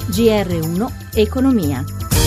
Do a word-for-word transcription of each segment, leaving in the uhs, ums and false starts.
G R uno Economia.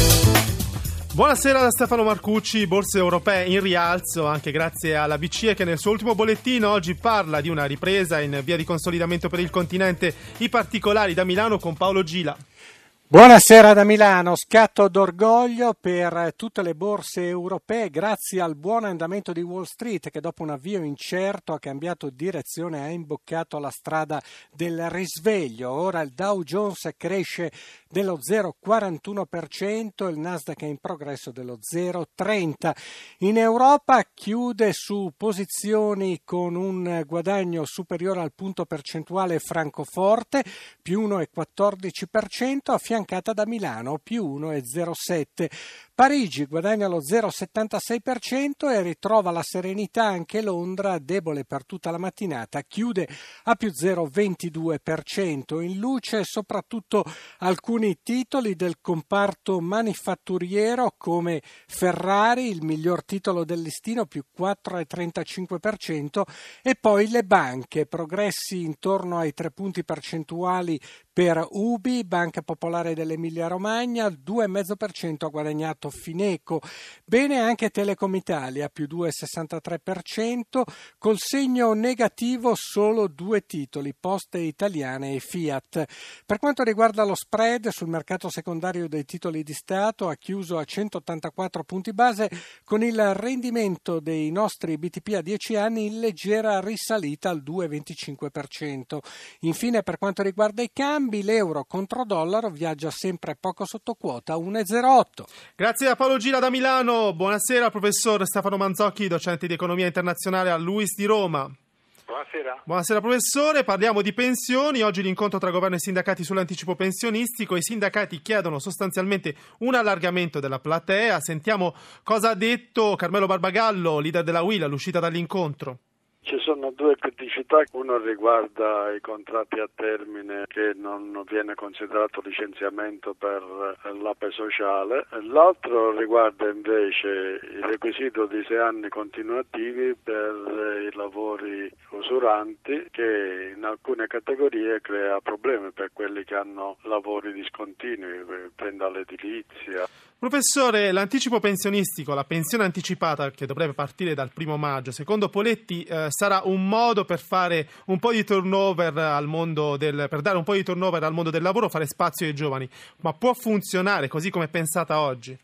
Buonasera da Stefano Marcucci. Borse europee in rialzo anche grazie alla B C E che nel suo ultimo bollettino oggi parla di una ripresa in via di consolidamento per il continente. I particolari da Milano con Paolo Gila. Buonasera da Milano, scatto d'orgoglio per tutte le borse europee grazie al buon andamento di Wall Street che dopo un avvio incerto ha cambiato direzione e ha imboccato la strada del risveglio. Ora il Dow Jones cresce dello zero virgola quarantuno per cento, il Nasdaq è in progresso dello zero virgola trenta. In Europa chiude su posizioni con un guadagno superiore al punto percentuale Francoforte, più uno virgola quattordici per cento, affiancata da Milano, più uno virgola zero sette. Parigi guadagna lo zero virgola settantasei per cento e ritrova la serenità anche Londra, debole per tutta la mattinata, chiude a più zero virgola ventidue per cento. In luce soprattutto alcuni titoli del comparto manifatturiero come Ferrari, il miglior titolo del listino, più quattro virgola trentacinque per cento, e poi le banche, progressi intorno ai tre punti percentuali per U B I, Banca Popolare dell'Emilia Romagna, due virgola cinque per cento ha guadagnato Fineco. Bene anche Telecom Italia, più due virgola sessantatré per cento, col segno negativo solo due titoli, Poste Italiane e Fiat. Per quanto riguarda lo spread sul mercato secondario dei titoli di Stato, ha chiuso a centottantaquattro punti base con il rendimento dei nostri B T P a dieci anni in leggera risalita al due virgola venticinque per cento. Infine, per quanto riguarda i cambi, l'euro contro dollaro viaggia sempre poco sotto quota, uno virgola zero otto. Grazie a Paolo Gila da Milano. Buonasera al professor Stefano Manzocchi, docente di economia internazionale al LUISS di Roma. Buonasera. Buonasera professore, parliamo di pensioni. Oggi l'incontro tra governo e sindacati sull'anticipo pensionistico. I sindacati chiedono sostanzialmente un allargamento della platea. Sentiamo cosa ha detto Carmelo Barbagallo, leader della U I L, all'uscita dall'incontro. Ci sono due criticità, uno riguarda i contratti a termine che non viene considerato licenziamento per l'A P E sociale, l'altro riguarda invece il requisito di sei anni continuativi per i lavori usuranti che in alcune categorie crea problemi per quelli che hanno lavori discontinui, prenda l'edilizia. Professore, l'anticipo pensionistico, la pensione anticipata che dovrebbe partire dal primo maggio, secondo Poletti eh, sarà un modo per fare un po' di turnover al mondo del, per dare un po' di turnover al mondo del lavoro, fare spazio ai giovani, ma può funzionare così come è pensata oggi?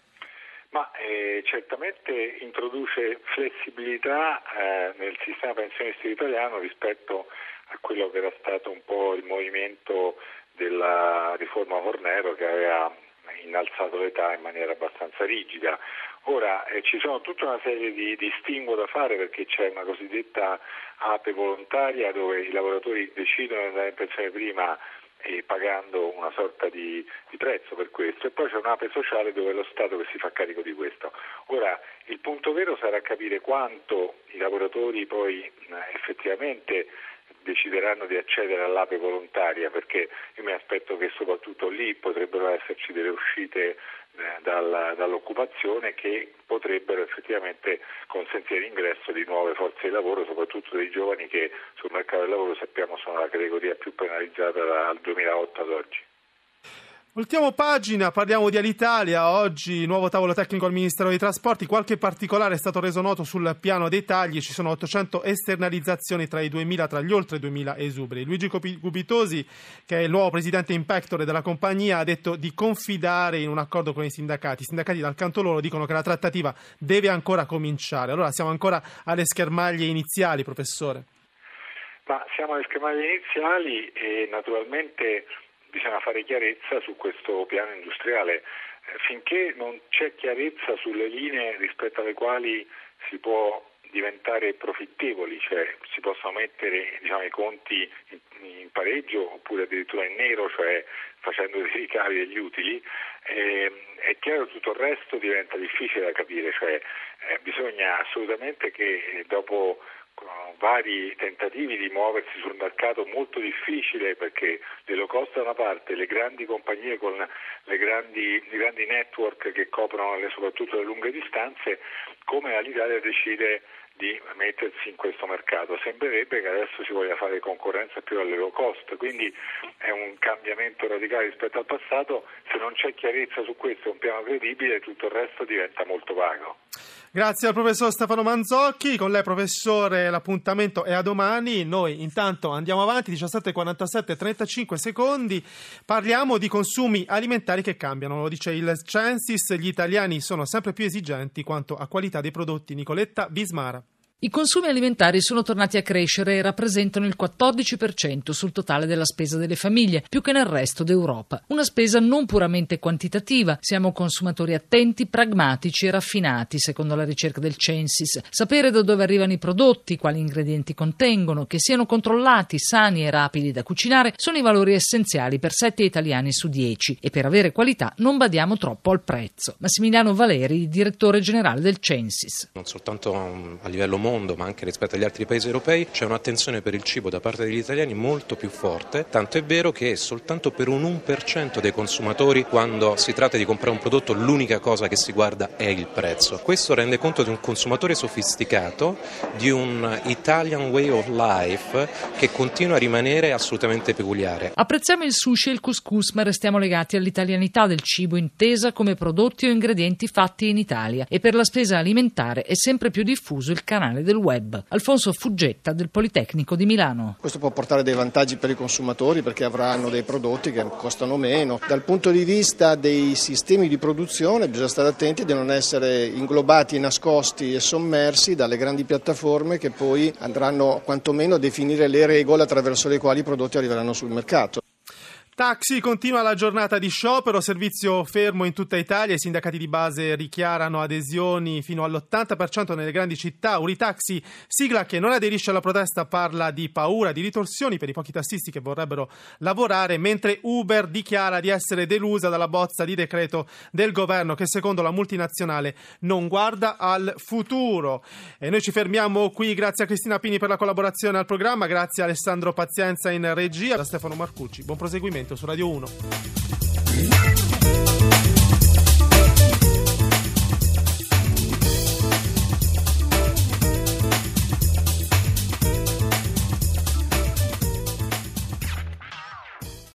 Ma eh, certamente introduce flessibilità eh, nel sistema pensionistico italiano rispetto a quello che era stato un po' il movimento della riforma Fornero che aveva innalzato l'età in maniera abbastanza rigida. Ora eh, ci sono tutta una serie di distinguo da fare perché c'è una cosiddetta A P E volontaria dove i lavoratori decidono di andare in pensione prima e pagando una sorta di, di prezzo per questo, e poi c'è un'A P E sociale dove è lo Stato che si fa carico di questo. Ora il punto vero sarà capire quanto i lavoratori poi eh, effettivamente decideranno di accedere all'A P E volontaria, perché io mi aspetto che soprattutto lì potrebbero esserci delle uscite eh, dalla, dall'occupazione che potrebbero effettivamente consentire l'ingresso di nuove forze di lavoro, soprattutto dei giovani che sul mercato del lavoro sappiamo sono la categoria più penalizzata dal duemilaotto ad oggi. Ultima pagina, parliamo di Alitalia. Oggi nuovo tavolo tecnico al Ministero dei Trasporti. Qualche particolare è stato reso noto sul piano dei tagli. Ci sono ottocento esternalizzazioni tra i duemila, tra gli oltre duemila esuberi. Luigi Gubitosi, che è il nuovo presidente in pectore della compagnia, ha detto di confidare in un accordo con i sindacati. I sindacati dal canto loro dicono che la trattativa deve ancora cominciare. Allora siamo ancora alle schermaglie iniziali, professore. Ma siamo alle schermaglie iniziali e naturalmente bisogna fare chiarezza su questo piano industriale. Finché non c'è chiarezza sulle linee rispetto alle quali si può diventare profittevoli, cioè si possono mettere diciamo, i conti in, in pareggio oppure addirittura in nero, cioè facendo dei ricavi degli utili, eh, è chiaro che tutto il resto diventa difficile da capire, cioè eh, bisogna assolutamente che eh, dopo vari tentativi di muoversi sul mercato molto difficile perché le low cost da una parte, le grandi compagnie con le grandi, i grandi network che coprono le, soprattutto le lunghe distanze, come l'Italia decide di mettersi in questo mercato. Sembrerebbe che adesso si voglia fare concorrenza più alle low cost, quindi è un cambiamento radicale rispetto al passato. Se non c'è chiarezza su questo, un piano credibile, tutto il resto diventa molto vago. Grazie al professor Stefano Manzocchi. Con lei, professore, l'appuntamento è a domani. Noi intanto andiamo avanti, diciassette e quarantasette, trentacinque secondi. Parliamo di consumi alimentari che cambiano. Lo dice il Censis, gli italiani sono sempre più esigenti quanto a qualità dei prodotti. Nicoletta Bismara. I consumi alimentari sono tornati a crescere e rappresentano il quattordici per cento sul totale della spesa delle famiglie, più che nel resto d'Europa. Una spesa non puramente quantitativa. Siamo consumatori attenti, pragmatici e raffinati, secondo la ricerca del Censis. Sapere da dove arrivano i prodotti, quali ingredienti contengono, che siano controllati, sani e rapidi da cucinare, sono i valori essenziali per sette italiani su dieci. E per avere qualità non badiamo troppo al prezzo. Massimiliano Valeri, direttore generale del Censis. Non soltanto a livello mondo, ma anche rispetto agli altri paesi europei, c'è un'attenzione per il cibo da parte degli italiani molto più forte, tanto è vero che soltanto per un uno per cento dei consumatori, quando si tratta di comprare un prodotto, l'unica cosa che si guarda è il prezzo. Questo rende conto di un consumatore sofisticato, di un Italian way of life che continua a rimanere assolutamente peculiare. Apprezziamo il sushi e il couscous, ma restiamo legati all'italianità del cibo, intesa come prodotti o ingredienti fatti in Italia, e per la spesa alimentare è sempre più diffuso il canale del web. Alfonso Fuggetta del Politecnico di Milano. Questo può portare dei vantaggi per i consumatori perché avranno dei prodotti che costano meno. Dal punto di vista dei sistemi di produzione bisogna stare attenti di non essere inglobati, nascosti e sommersi dalle grandi piattaforme che poi andranno quantomeno a definire le regole attraverso le quali i prodotti arriveranno sul mercato. Taxi, continua la giornata di sciopero, servizio fermo in tutta Italia, i sindacati di base dichiarano adesioni fino all'ottanta per cento nelle grandi città. Uritaxi, sigla che non aderisce alla protesta, parla di paura di ritorsioni per i pochi tassisti che vorrebbero lavorare, mentre Uber dichiara di essere delusa dalla bozza di decreto del governo che secondo la multinazionale non guarda al futuro. E noi ci fermiamo qui, grazie a Cristina Pini per la collaborazione al programma, grazie a Alessandro Pazienza in regia, da Stefano Marcucci. Buon proseguimento su Radio uno.